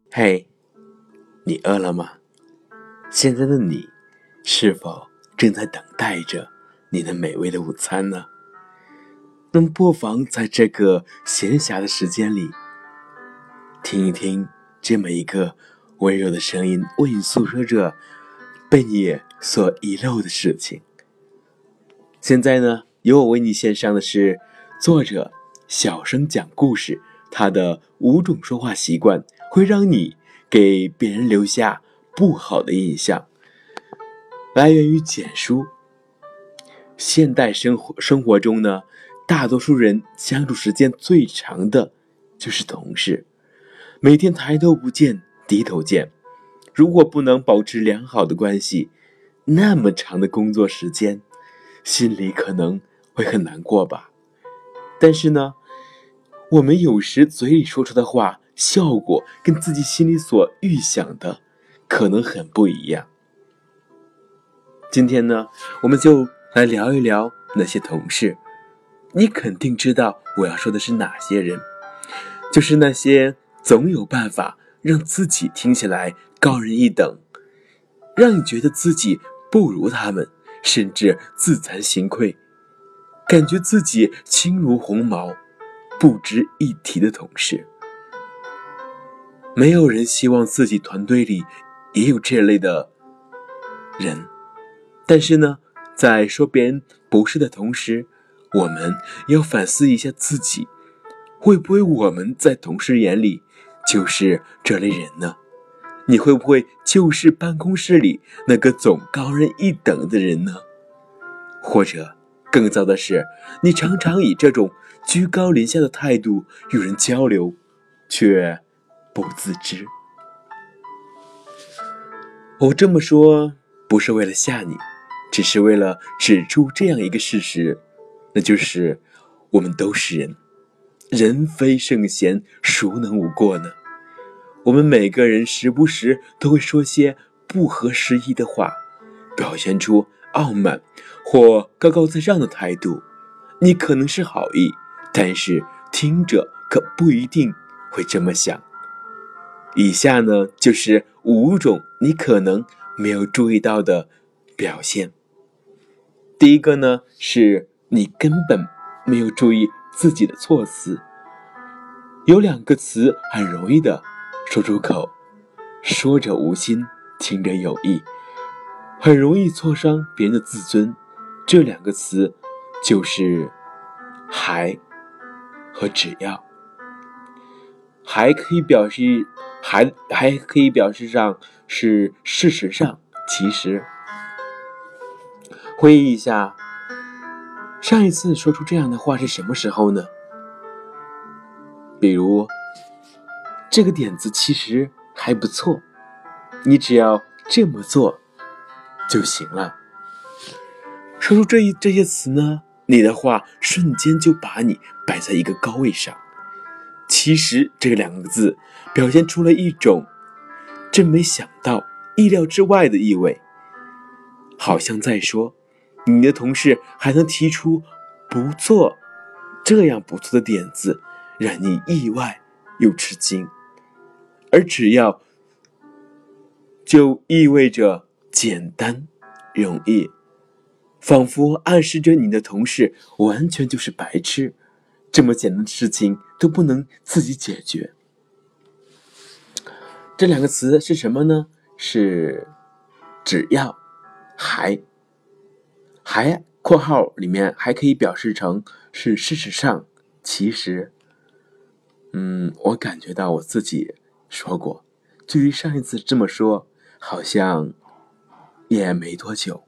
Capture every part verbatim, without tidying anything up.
嘿，你饿了吗？现在的你是否正在等待着你的美味的午餐呢？那么不妨在这个闲暇的时间里，听一听这么一个温柔的声音为你诉说着被你所遗漏的事情。现在呢，由我为你献上的是作者小声讲故事，他的五种说话习惯会让你给别人留下不好的印象。来源于简书。现代生活生活中呢，大多数人相处时间最长的就是同事，每天抬头不见低头见。如果不能保持良好的关系，那么长的工作时间，心里可能会很难过吧。但是呢，我们有时嘴里说出的话，效果跟自己心里所预想的可能很不一样。今天呢，我们就来聊一聊那些同事。你肯定知道我要说的是哪些人，就是那些总有办法让自己听起来高人一等，让你觉得自己不如他们，甚至自惭形愧，感觉自己轻如鸿毛，不值一提的同事。没有人希望自己团队里也有这类的人，但是呢，在说别人不是的同时，我们要反思一下自己，会不会我们在同事眼里就是这类人呢？你会不会就是办公室里那个总高人一等的人呢？或者更糟的是，你常常以这种居高临下的态度与人交流，却不自知。我这么说不是为了吓你，只是为了指出这样一个事实，那就是我们都是人，人非圣贤，孰能无过呢？我们每个人时不时都会说些不合时宜的话，表现出傲慢或高高在上的态度。你可能是好意，但是听者可不一定会这么想。以下呢，就是五种你可能没有注意到的表现。第一个呢，是你根本没有注意自己的措辞。有两个词很容易的说出口，说者无心，听者有意，很容易挫伤别人的自尊。这两个词就是还和只要。还可以表示还还可以表示上是事实上，其实。回忆一下，上一次说出这样的话是什么时候呢？比如，这个点子其实还不错，你只要这么做就行了。说出这一这些词呢，你的话瞬间就把你摆在一个高位上。其实这两个字表现出了一种真没想到、意料之外的意味，好像在说你的同事还能提出不错这样不错的点子，让你意外又吃惊。而只要就意味着简单容易，仿佛暗示着你的同事完全就是白痴，这么简单的事情都不能自己解决。这两个词是什么呢？是只要、还。还括号里面还可以表示成是事实上，其实。嗯，我感觉到我自己说过，距离上一次这么说好像也没多久，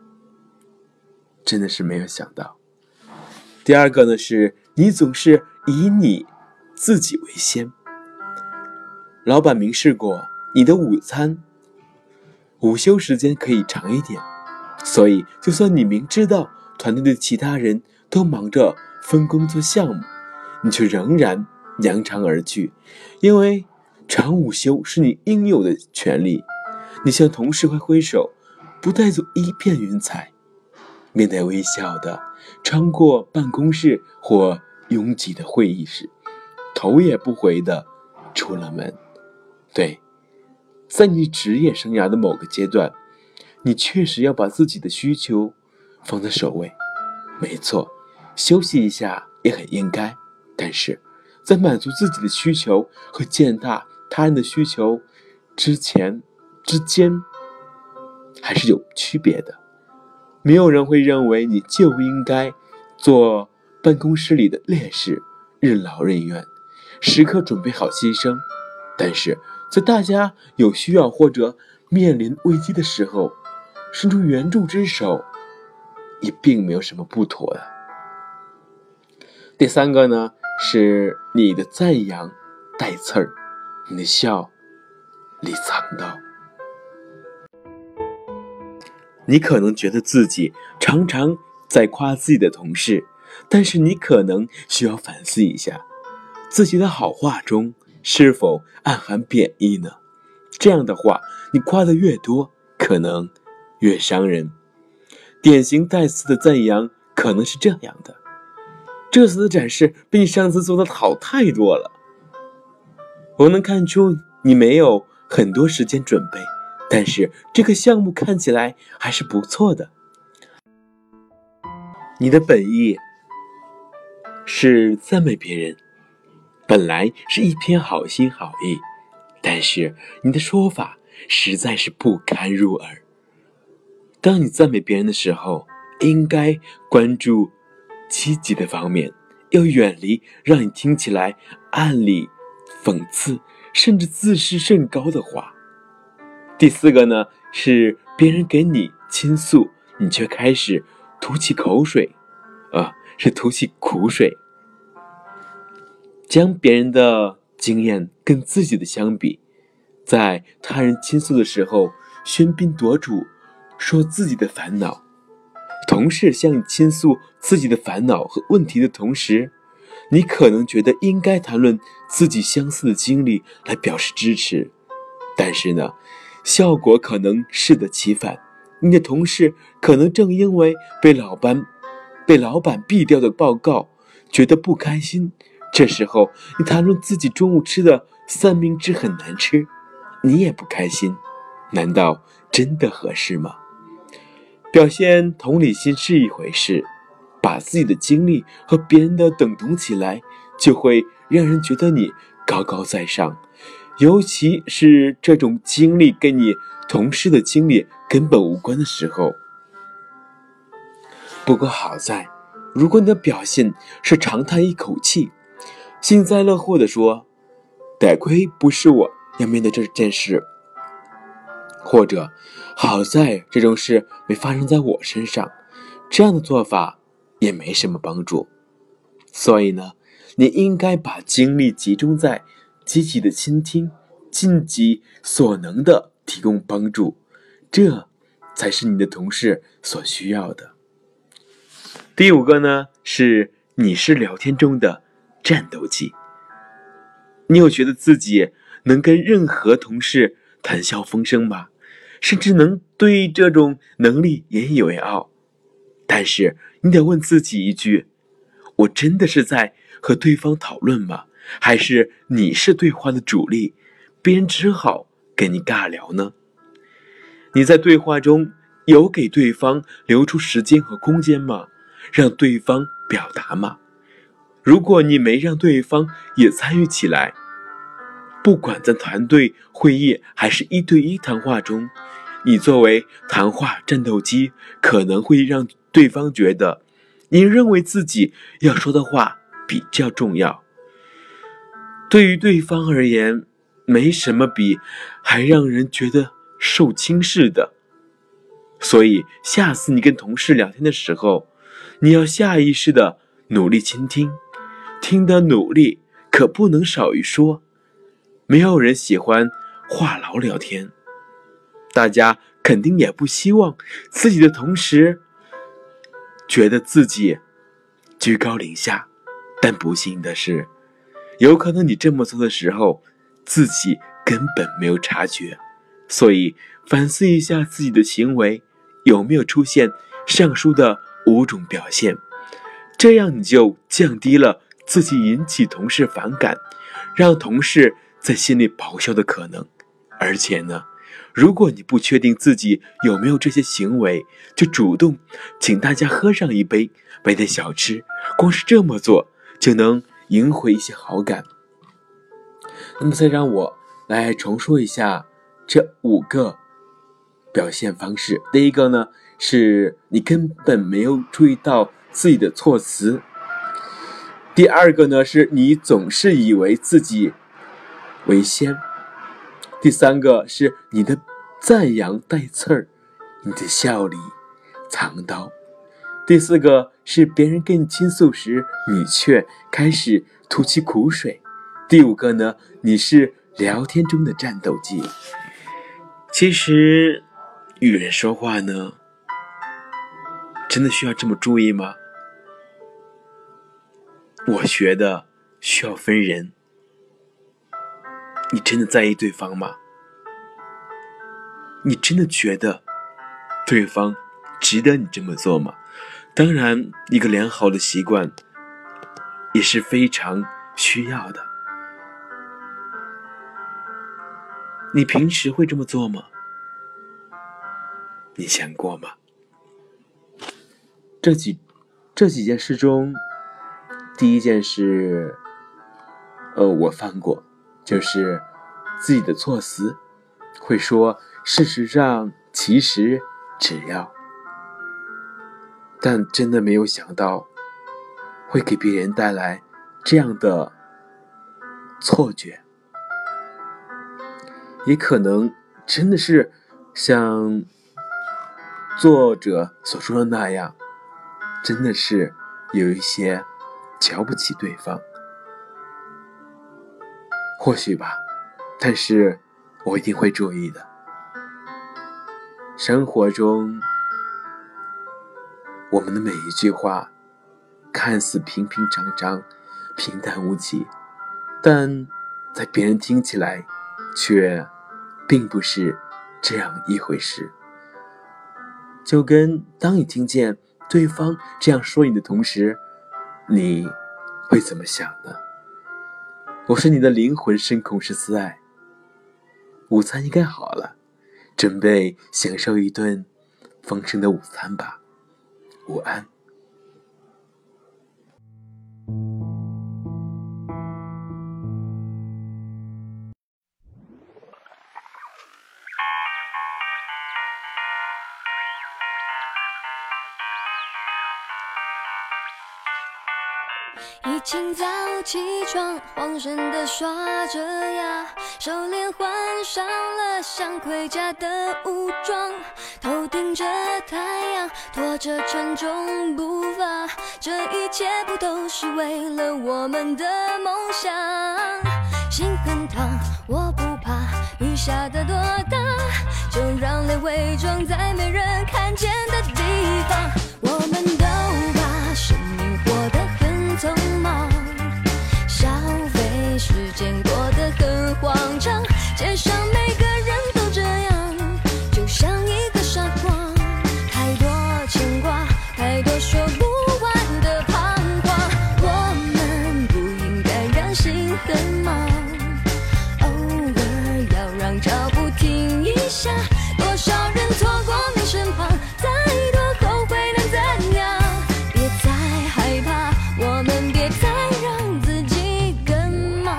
真的是没有想到。第二个呢，是你总是以你自己为先。老板明示过，你的午餐午休时间可以长一点，所以就算你明知道团队的其他人都忙着分工做项目，你却仍然扬长而去，因为长午休是你应有的权利。你向同事挥挥手，不带走一片云彩，面带微笑的穿过办公室或拥挤的会议室，头也不回的出了门。 对，在你职业生涯的某个阶段，你确实要把自己的需求放在首位。没错，休息一下也很应该，但是在满足自己的需求和践踏他人的需求之前之间还是有区别的。没有人会认为你就应该做办公室里的烈士，任劳任怨，时刻准备好牺牲。但是在大家有需要或者面临危机的时候，伸出援助之手也并没有什么不妥的。第三个呢，是你的赞扬带刺儿，你的笑里藏刀。你可能觉得自己常常在夸自己的同事，但是你可能需要反思一下，自己的好话中是否暗含贬义呢？这样的话，你夸得越多，可能越伤人。典型带刺的赞扬可能是这样的：这次的展示比你上次做的好太多了。我能看出你没有很多时间准备，但是这个项目看起来还是不错的。你的本意是赞美别人，本来是一片好心好意，但是你的说法实在是不堪入耳。当你赞美别人的时候，应该关注积极的方面，要远离让你听起来暗里讽刺甚至自视甚高的话。第四个呢，是别人给你倾诉，你却开始吐起口水啊，是吐起苦水。将别人的经验跟自己的相比，在他人倾诉的时候喧宾夺主，说自己的烦恼。同事向你倾诉自己的烦恼和问题的同时，你可能觉得应该谈论自己相似的经历来表示支持，但是呢，效果可能适得其反。你的同事可能正因为被老板被老板毙掉的报告觉得不开心，这时候你谈论自己中午吃的三明治很难吃，你也不开心，难道真的合适吗？表现同理心是一回事，把自己的经历和别人的等同起来，就会让人觉得你高高在上，尤其是这种经历跟你同事的经历根本无关的时候。不过好在，如果你的表现是长叹一口气，幸灾乐祸地说，得亏不是我要面对这件事，或者好在这种事没发生在我身上，这样的做法也没什么帮助。所以呢，你应该把精力集中在积极的倾听，尽己所能的提供帮助，这才是你的同事所需要的。第五个呢，是你是聊天中的战斗机。你有觉得自己能跟任何同事谈笑风生吗？甚至能对这种能力引以为傲？但是你得问自己一句，我真的是在和对方讨论吗？还是你是对话的主力，别人只好跟你尬聊呢？你在对话中有给对方留出时间和空间吗？让对方表达吗？如果你没让对方也参与起来，不管在团队会议还是一对一谈话中，你作为谈话战斗机，可能会让对方觉得你认为自己要说的话比较重要。对于对方而言，没什么比还让人觉得受轻视的。所以下次你跟同事聊天的时候，你要下意识的努力倾听，听的努力可不能少于说。没有人喜欢话痨聊天，大家肯定也不希望自己的同事觉得自己居高临下，但不幸的是，有可能你这么做的时候，自己根本没有察觉。所以反思一下自己的行为有没有出现上述的五种表现，这样你就降低了自己引起同事反感，让同事在心里咆哮的可能。而且呢，如果你不确定自己有没有这些行为，就主动请大家喝上一杯，买点小吃，光是这么做就能赢回一些好感。那么再让我来重说一下这五个表现方式。第一个呢，是你根本没有注意到自己的措辞。第二个呢，是你总是以为自己为先。第三个是你的赞扬带刺儿，你的笑里藏刀。第四个是别人跟你倾诉时，你却开始吐起苦水。第五个呢，你是聊天中的战斗机。其实与人说话呢，真的需要这么注意吗？我觉得需要分人。你真的在意对方吗？你真的觉得对方值得你这么做吗？当然，一个良好的习惯也是非常需要的。你平时会这么做吗？你想过吗？这几这几件事中，第一件事，呃，我犯过，就是自己的措辞，会说事实上其实只要，但真的没有想到会给别人带来这样的错觉。也可能真的是像作者所说的那样，真的是有一些瞧不起对方，或许吧，但是我一定会注意的。生活中我们的每一句话看似平平常常，平淡无奇，但在别人听起来却并不是这样一回事。就跟当你听见对方这样说你的同时，你会怎么想呢？我是你的灵魂深空是思爱，午餐应该好了，准备享受一顿丰盛的午餐吧。午安。 一清早起床，慌神的刷着牙，手链换上了像盔甲的武装，头顶着太阳，拖着沉重步伐，这一切不都是为了我们的梦想？心很烫，我不怕雨下得多大，就让泪伪装在没人看见的地方。我们都把生命活得很匆忙，消费时间过得很慌张，街上每个人都这样，就像一个傻瓜，太多牵挂，太多说不完的彷徨。我们不应该让心很忙，偶尔要让脚步停一下，多少人错过你身旁，再多后悔能怎样？别再害怕，我们别再让自己更忙。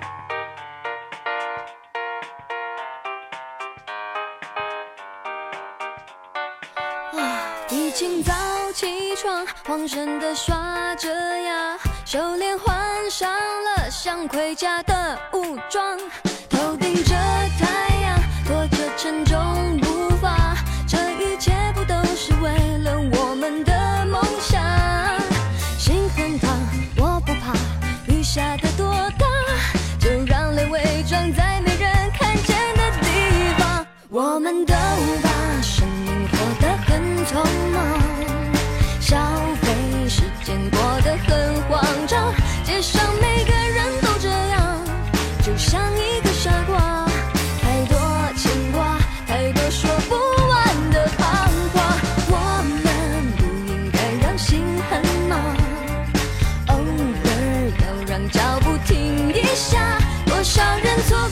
啊，一清早起床，慌神的刷着牙，手链换上了像盔甲的武装，头顶着太阳，拖着沉重步伐，这一切不都是为了我们的梦想？心很烫，我不怕雨下得多大，就让泪伪装在没人看见的地方。我们都把生命活得很匆忙，消费时间过得很慌张，街上每个人都这样，就像一个傻瓜，太多牵挂，太多说不完的彷徨。我们不应该让心很忙，偶尔要让脚步停一下，多少人错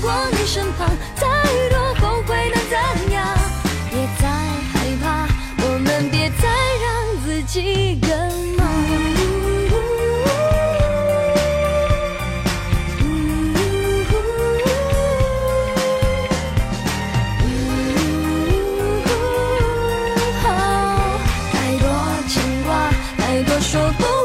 太多说不